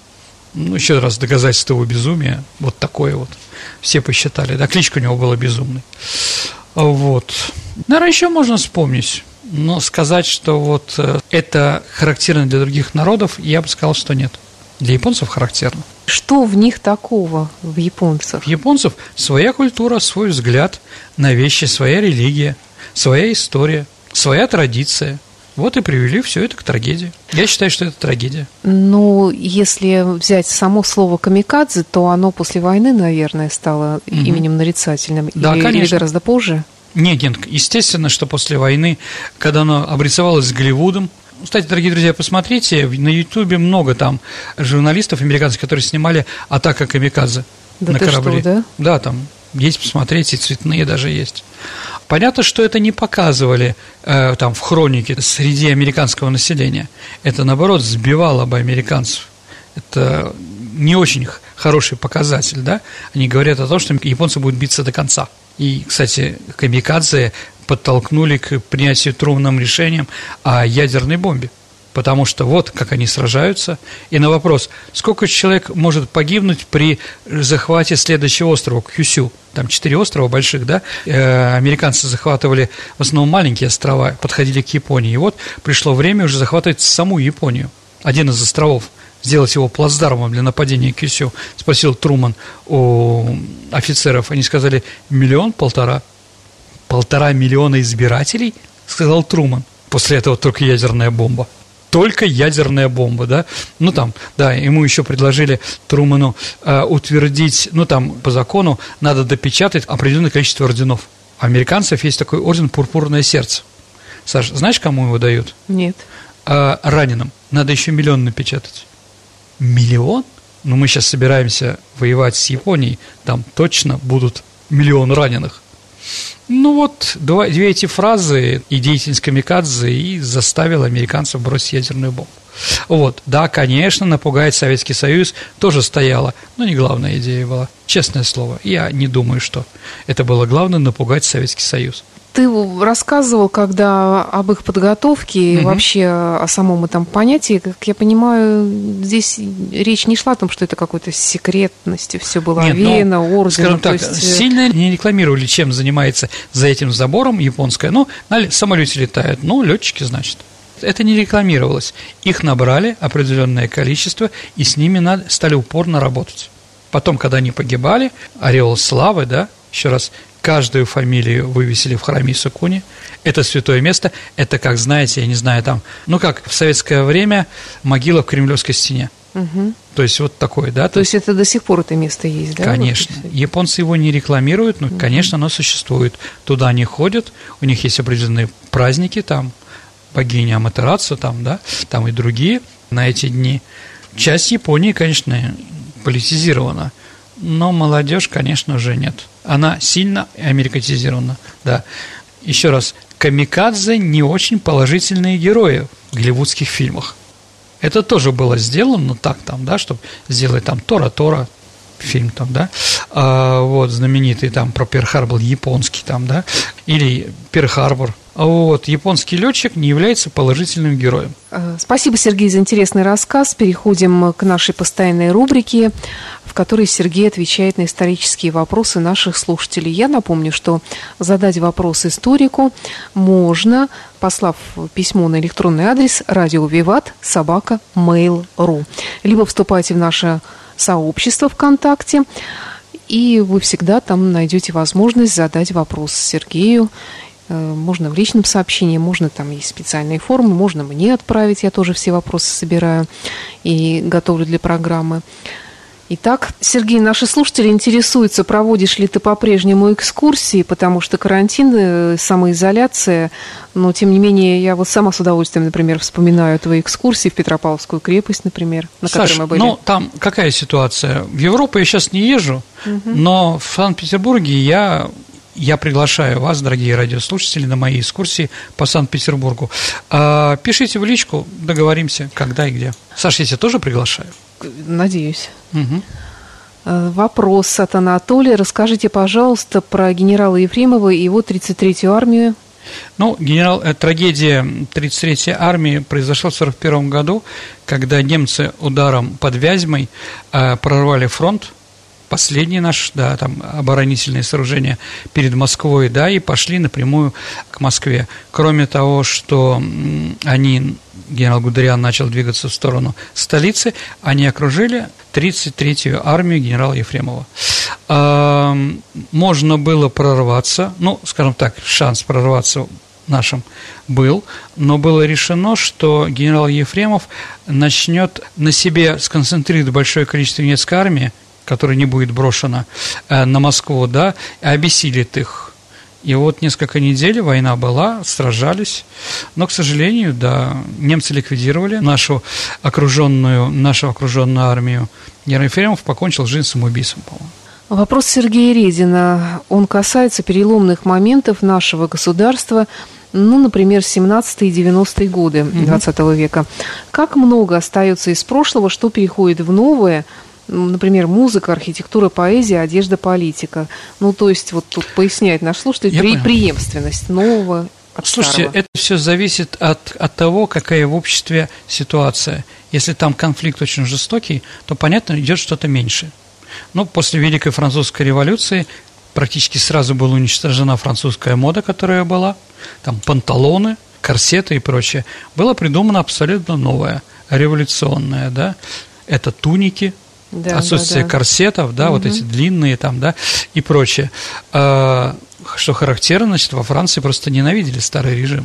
Ну, еще раз доказательство его безумия. Вот такое вот. Все посчитали. Да, кличка у него была «Безумный». Вот. Наверное, еще можно вспомнить. Но сказать, что вот это характерно для других народов, я бы сказал, что нет. Для японцев характерно. Что в них такого, в японцах? У японцев своя культура, свой взгляд на вещи, своя религия, своя история, своя традиция. Вот и привели все это к трагедии. Я считаю, что это трагедия. Ну, если взять само слово «камикадзе», то оно после войны, наверное, стало именем нарицательным. Да, или, конечно. Или гораздо позже? Нет, естественно, что после войны, когда оно обрисовалось с Голливудом. Кстати, дорогие друзья, посмотрите, на Ютубе много там журналистов американских, которые снимали «Атака камикадзе» на корабле. Что, да? Да, там есть, посмотреть, и цветные даже есть. Понятно, что это не показывали там в хронике среди американского населения. Это, наоборот, сбивало бы американцев. Это не очень хороший показатель, да? Они говорят о том, что японцы будут биться до конца. И, кстати, камикадзе подтолкнули к принятию трудным решением о ядерной бомбе. Потому что вот как они сражаются. И на вопрос, сколько человек может погибнуть при захвате следующего острова, Кюсю, там 4 острова больших, да, американцы захватывали в основном маленькие острова, подходили к Японии. И вот пришло время уже захватывать саму Японию, один из островов, сделать его плацдармом для нападения Кюсю. Спросил Труман у офицеров, они сказали, 1,5 миллиона. 1,5 миллиона избирателей, сказал Труман. После этого только ядерная бомба. Только ядерная бомба, да? Ну, там, да, ему еще предложили Труману утвердить, ну, там, по закону надо допечатать определенное количество орденов. У американцев есть такой орден «Пурпурное сердце». Саш, знаешь, кому его дают? Нет. Раненым. Надо еще 1 миллион напечатать. 1 миллион? Ну, мы сейчас собираемся воевать с Японией, там точно будут 1 миллион раненых. Ну вот, две эти фразы и деятельность камикадзе и заставила американцев бросить ядерную бомбу. Вот, да, конечно, напугать Советский Союз тоже стояло, но не главная идея была. Честное слово, я не думаю, что это было главное, напугать Советский Союз. Ты рассказывал, когда об их подготовке и вообще о самом этом понятии, как я понимаю, здесь речь не шла о том, что это какой-то секретностью все было овеяно, орденом. Скажем так, сильно не рекламировали, чем занимается за этим забором японская. Ну, на самолете летают, ну, летчики, значит. Это не рекламировалось. Их набрали определенное количество, и с ними стали упорно работать. Потом, когда они погибали, ореол славы, да, еще раз, каждую фамилию вывесили в храме Исукуни. Это святое место. Это, как знаете, я не знаю, там, ну, как в советское время могила в Кремлевской стене. Угу. То есть вот такое, да. То есть это до сих пор это место есть, да? Конечно. Вот японцы его не рекламируют, но, конечно, оно существует. Туда они ходят, у них есть определенные праздники, там, богиня Аматерацу, там, да, там и другие на эти дни. Часть Японии, конечно, политизирована, но молодежь, конечно же, нет. Она сильно американизирована, да. Еще раз, камикадзе не очень положительные герои в голливудских фильмах. Это тоже было сделано, ну так там, да, чтобы сделать там Тора, фильм там, да, вот, знаменитый там про Перл-Харбор, японский там, да, или Перл-Харбор. Вот, японский летчик не является положительным героем. Спасибо, Сергей, за интересный рассказ. Переходим к нашей постоянной рубрике, в которой Сергей отвечает на исторические вопросы наших слушателей. Я напомню, что задать вопрос историку можно, послав письмо на электронный адрес radiovivat@mail.ru, либо вступайте в наше сообщество ВКонтакте, и вы всегда там найдете возможность задать вопрос Сергею. Можно в личном сообщении, можно, там есть специальные формы, можно мне отправить, я тоже все вопросы собираю и готовлю для программы. Итак, Сергей, наши слушатели интересуются, проводишь ли ты по-прежнему экскурсии, потому что карантин, самоизоляция, но, тем не менее, я вот сама с удовольствием, например, вспоминаю твои экскурсии в Петропавловскую крепость, например, на которой мы были. Ну, там какая ситуация? В Европу я сейчас не езжу, но в Санкт-Петербурге я приглашаю вас, дорогие радиослушатели, на мои экскурсии по Санкт-Петербургу. Пишите в личку, договоримся, когда и где. Саша, я тебя тоже приглашаю? Надеюсь. Вопрос от Анатолия. Расскажите, пожалуйста, про генерала Ефремова и его 33-ю армию Трагедия 33-й армии произошла в 1941 году, когда немцы ударом под Вязьмой прорвали фронт, последние наши, оборонительные сооружения перед Москвой, и пошли напрямую к Москве. Кроме того, что генерал Гудериан начал двигаться в сторону столицы, они окружили 33-ю армию генерала Ефремова. Можно было прорваться, шанс прорваться нашим был, но было решено, что генерал Ефремов начнет на себе сконцентрировать большое количество немецкой армии, которая не будет брошена на Москву, обессилит их. И вот несколько недель война была, сражались, но, к сожалению, немцы ликвидировали нашу окруженную армию. Генерал Ефремов покончил жизнь самоубийством, по-моему. Вопрос Сергея Редина. Он касается переломных моментов нашего государства, например, 17-е и 90-е годы 20 века. Как много остается из прошлого, что переходит в новое? Например, музыка, архитектура, поэзия, одежда, политика. То есть, вот тут поясняет наш слушатель, преемственность нового от Слушайте, старого. это все зависит от того, какая в обществе ситуация. Если там конфликт очень жестокий, то, понятно, идет что-то меньше. После Великой Французской революции практически сразу была уничтожена французская мода, которая была, там панталоны, корсеты и прочее. Было придумано абсолютно новое, революционное, это туники, отсутствие корсетов, вот эти длинные и прочее. Что характерно, во Франции просто ненавидели старый режим.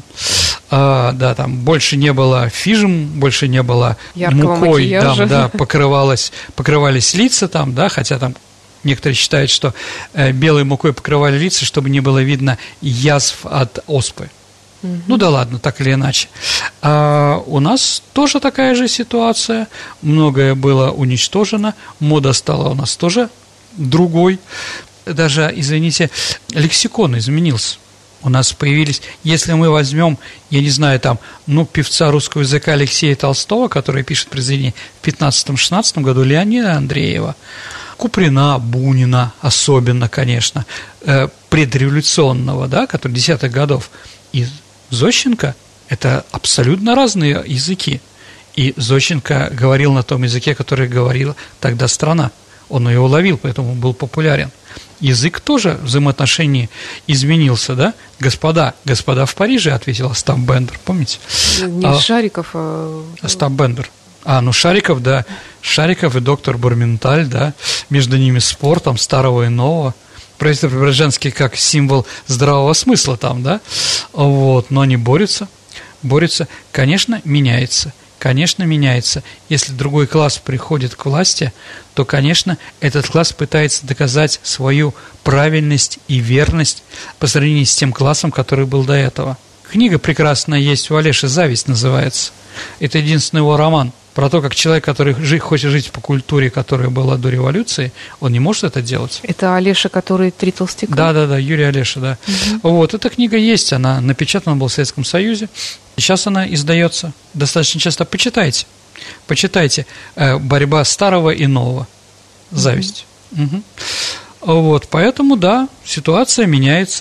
Там больше не было фижм, больше не было яркого мукой, макияжа. покрывались лица хотя там некоторые считают, что белой мукой покрывали лица, чтобы не было видно язв от оспы. Ладно, так или иначе. У нас тоже такая же ситуация. Многое было уничтожено. Мода стала у нас тоже другой. Даже, извините, лексикон изменился. У нас появились, если мы возьмем, я не знаю, певца русского языка Алексея Толстого, который пишет произведения в 15-16 году, Леонида Андреева, Куприна, Бунина, особенно, конечно, предреволюционного, который 10-х годов, и Зощенко – это абсолютно разные языки. И Зощенко говорил на том языке, который говорила тогда страна. Он ее уловил, поэтому был популярен. Язык тоже в взаимоотношении изменился, Господа в Париже, ответил Остап Бендер, помните? Не Шариков, Остап Бендер. Шариков, Шариков и доктор Бурменталь, между ними спор, старого и нового. Правительство Преображенский как символ здравого смысла но они борются, конечно, меняется. Если другой класс приходит к власти, то, конечно, этот класс пытается доказать свою правильность и верность по сравнению с тем классом, который был до этого. Книга прекрасная есть у Олеши «Зависть» называется. Это единственный его роман про то, как человек, который хочет жить по культуре, которая была до революции, он не может это делать. Это Олеша, который «Три толстяка»? Да, Юрий Олеша, Эта книга есть, она напечатана была в Советском Союзе. Сейчас она издается достаточно часто. Почитайте «Борьба старого и нового». «Зависть». Поэтому, ситуация меняется.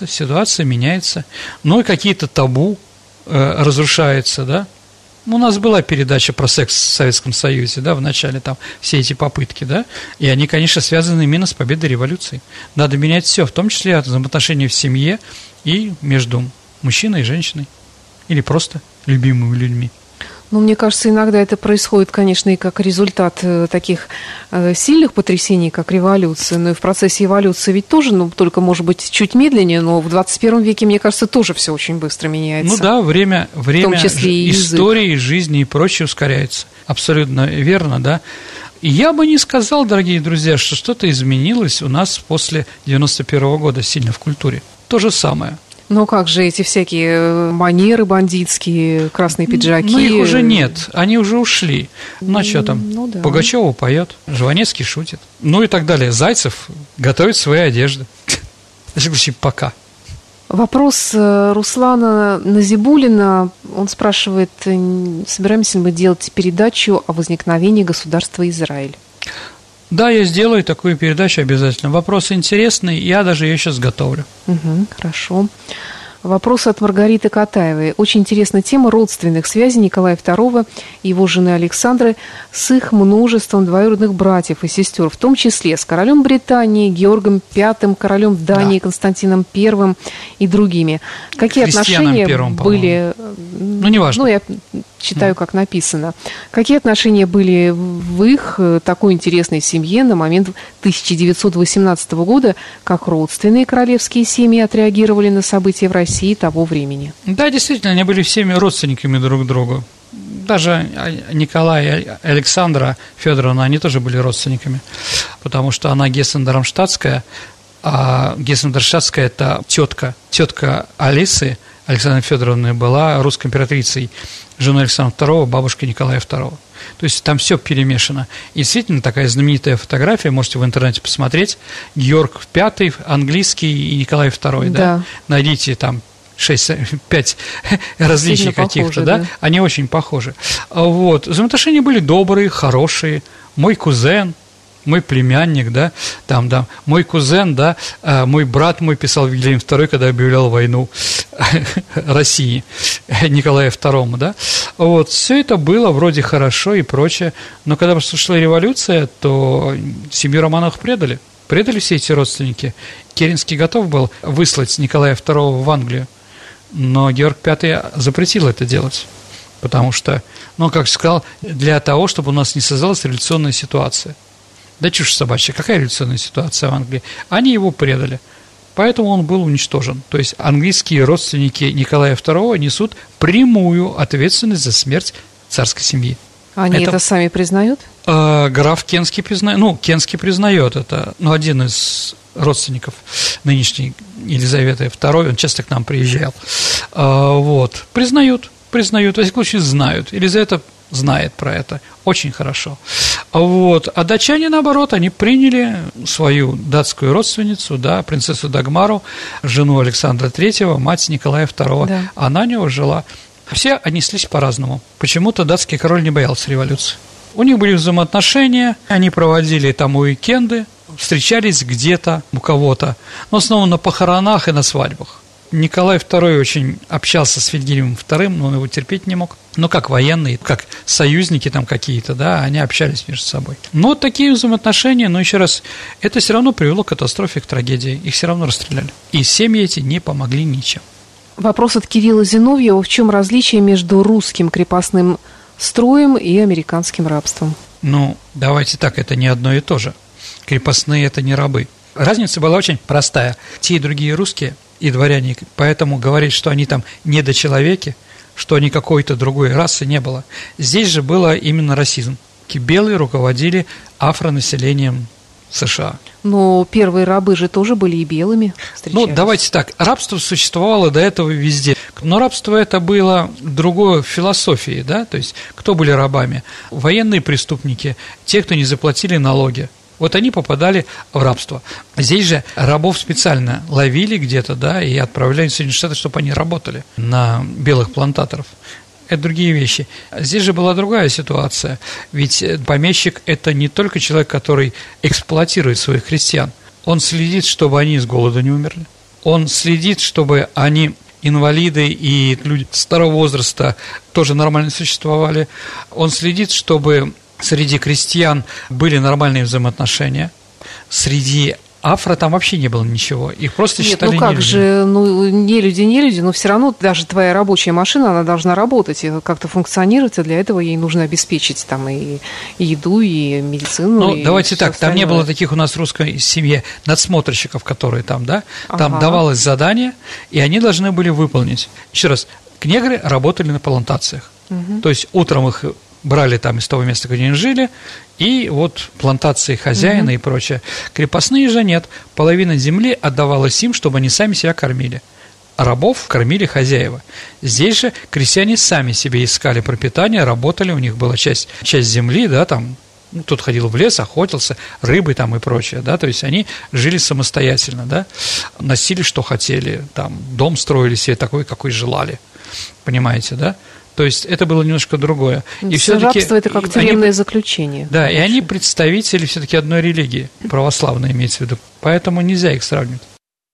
И какие-то табу разрушаются, У нас была передача про секс в Советском Союзе, в начале все эти попытки, и они, конечно, связаны именно с победой революции. Надо менять все, в том числе взаимоотношения в семье и между мужчиной и женщиной, или просто любимыми людьми. Мне кажется, иногда это происходит, конечно, и как результат таких сильных потрясений, как революция. Но и в процессе эволюции ведь тоже, только, может быть, чуть медленнее, но в 21 веке, мне кажется, тоже все очень быстро меняется. Время в том числе и истории, жизни и прочее ускоряется. Абсолютно верно, И я бы не сказал, дорогие друзья, что что-то изменилось у нас после 91 года сильно в культуре. То же самое. Но как же эти всякие манеры бандитские, красные пиджаки? Их уже нет, они уже ушли. Что там? Пугачева поет, Жванецкий шутит. И так далее. Зайцев готовит свои одежды. Пока. Вопрос Руслана Назибуллина. Он спрашивает, собираемся ли мы делать передачу о возникновении государства Израиль? Да, я сделаю такую передачу обязательно. Вопрос интересный, я даже ее сейчас готовлю. Хорошо. Вопрос от Маргариты Катаевой. Очень интересная тема родственных связей Николая II и его жены Александры с их множеством двоюродных братьев и сестер, в том числе с королем Британии, Георгом V, королем Дании, Константином I и другими. Какие отношения были... Ну, неважно. Ну, я читаю, как написано. Какие отношения были в их такой интересной семье на момент 1918 года, как родственные королевские семьи отреагировали на события в России того времени? Да, действительно, они были всеми родственниками друг другу. Даже Николай и Александра Федоровна, они тоже были родственниками, потому что она Гессен-Дармштадтская, а Гессен-Дармштадтская – это тетка Алисы, Александра Федоровна, была русской императрицей, женой Александра II, бабушкой Николая II. То есть там все перемешано. И действительно, такая знаменитая фотография, можете в интернете посмотреть, Георг V, английский, и Николай II, да? Найдите там 5 различий каких-то, да? Они очень похожи. Вот. Взаимоотношения были добрые, хорошие. Мой кузен, мой племянник, да, там, да, мой кузен, да, мой брат мой писал Вильгельм II, когда объявлял войну России, Николаю II, да, вот, все это было вроде хорошо и прочее, но когда пошла революция, то семью Романовых предали все эти родственники. Керенский готов был выслать Николая II в Англию, но Георг V запретил это делать, потому что, ну, как сказал, для того, чтобы у нас не создалась революционная ситуация. Да чушь собачья, какая революционная ситуация в Англии? Они его предали, поэтому он был уничтожен. То есть английские родственники Николая II несут прямую ответственность за смерть царской семьи. Они это сами признают? Граф Кенский признает, Кенский признает это, один из родственников нынешней Елизаветы II, он часто к нам приезжал. Вот, признают, во всяком случае знают. Елизавета знает про это очень хорошо. Вот. А датчане, наоборот, они приняли свою датскую родственницу, да, принцессу Дагмару, жену Александра III, мать Николая II. Да. Она у него жила. Все отнеслись по-разному. Почему-то датский король не боялся революции. У них были взаимоотношения, они проводили там уикенды, встречались где-то у кого-то, но в основном на похоронах и на свадьбах. Николай II очень общался с Вильгельмом II, но он его терпеть не мог. Как военные, как союзники там какие-то, да, они общались между собой. Но вот такие взаимоотношения, но еще раз, это все равно привело к катастрофе, к трагедии. Их все равно расстреляли. И семьи эти не помогли ничем. Вопрос от Кирилла Зиновьева. В чем различие между русским крепостным строем и американским рабством? Давайте так, это не одно и то же. Крепостные – это не рабы. Разница была очень простая. Те и другие русские и дворяне, поэтому говорить, что они там недочеловеки, что они какой-то другой расы, не было. Здесь же было именно расизм. Белые руководили афронаселением США. Но первые рабы же тоже были и белыми. Давайте так, рабство существовало до этого везде. Но рабство это было другой философии, да, то есть кто были рабами? Военные преступники, те, кто не заплатили налоги. Вот они попадали в рабство. Здесь же рабов специально ловили где-то, да, и отправляли в Соединенные Штаты, чтобы они работали на белых плантаторов. Это другие вещи. Здесь же была другая ситуация. Ведь помещик – это не только человек, который эксплуатирует своих крестьян. Он следит, чтобы они с голоду не умерли. Он следит, чтобы они, инвалиды и люди старого возраста, тоже нормально существовали. Он следит, чтобы среди крестьян были нормальные взаимоотношения. Среди афро там вообще не было ничего. Их просто считали нелюдями. Как же, не люди, но все равно даже твоя рабочая машина, она должна работать и как-то функционировать, а для этого ей нужно обеспечить там и еду, и медицину. Давайте так, там не было таких у нас в русской семье надсмотрщиков, которые там, да, там давалось задание, и они должны были выполнить. Еще раз, негры работали на плантациях. То есть утром их брали там из того места, где они жили, и вот плантации хозяина и прочее. Крепостные же нет. Половина земли отдавалась им, чтобы они сами себя кормили. А рабов кормили хозяева. Здесь же крестьяне сами себе искали пропитание, работали, у них была часть земли, да, там, кто-то ходил в лес, охотился, рыбы там и прочее, да, то есть они жили самостоятельно, да, носили, что хотели, там, дом строили себе такой, какой желали, понимаете, да? То есть это было немножко другое. И все-таки рабство – это как тюремное заключение. Да, и они представители все-таки одной религии, православной имеется в виду, поэтому нельзя их сравнивать.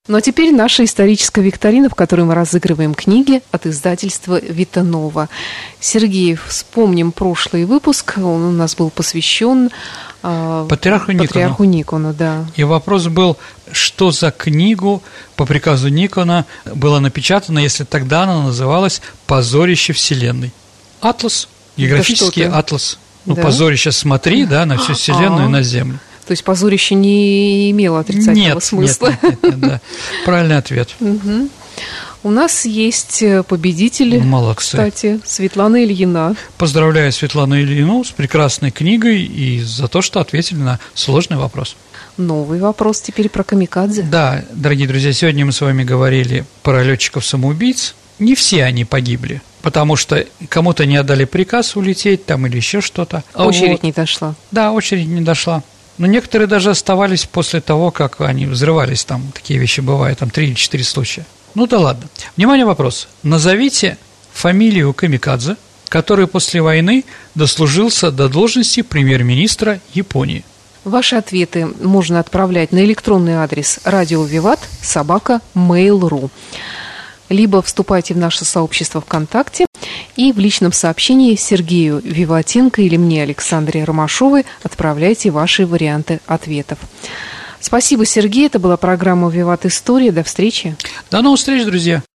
Ну а теперь наша историческая викторина, в которой мы разыгрываем книги от издательства «Витанова». Сергей, вспомним прошлый выпуск, он у нас был посвящен патриарху Никону, да. И вопрос был, что за книгу по приказу Никона было напечатано, если тогда она называлась «Позорище Вселенной». Атлас, географический атлас. Ну, да? Позорище, смотри, да, на всю Вселенную и на Землю. То есть позорище не имело отрицательного смысла. Нет, да. Правильный ответ. Угу. У нас есть победитель, кстати, Светлана Ильина. Поздравляю Светлану Ильину с прекрасной книгой и за то, что ответили на сложный вопрос. Новый вопрос теперь про камикадзе. Да, дорогие друзья, сегодня мы с вами говорили про летчиков-самоубийц. Не все они погибли, потому что кому-то не отдали приказ улететь там или еще что-то. Очередь не дошла. Да, очередь не дошла. Но некоторые даже оставались после того, как они взрывались, там такие вещи бывают, там 3 или 4 случая. Ну да ладно. Внимание, вопрос. Назовите фамилию камикадзе, который после войны дослужился до должности премьер-министра Японии. Ваши ответы можно отправлять на электронный адрес radiovivat@mail.ru. Либо вступайте в наше сообщество ВКонтакте и в личном сообщении Сергею Виватенко или мне, Александре Ромашовой, отправляйте ваши варианты ответов. Спасибо, Сергей. Это была программа «Виват История». До встречи. До новых встреч, друзья.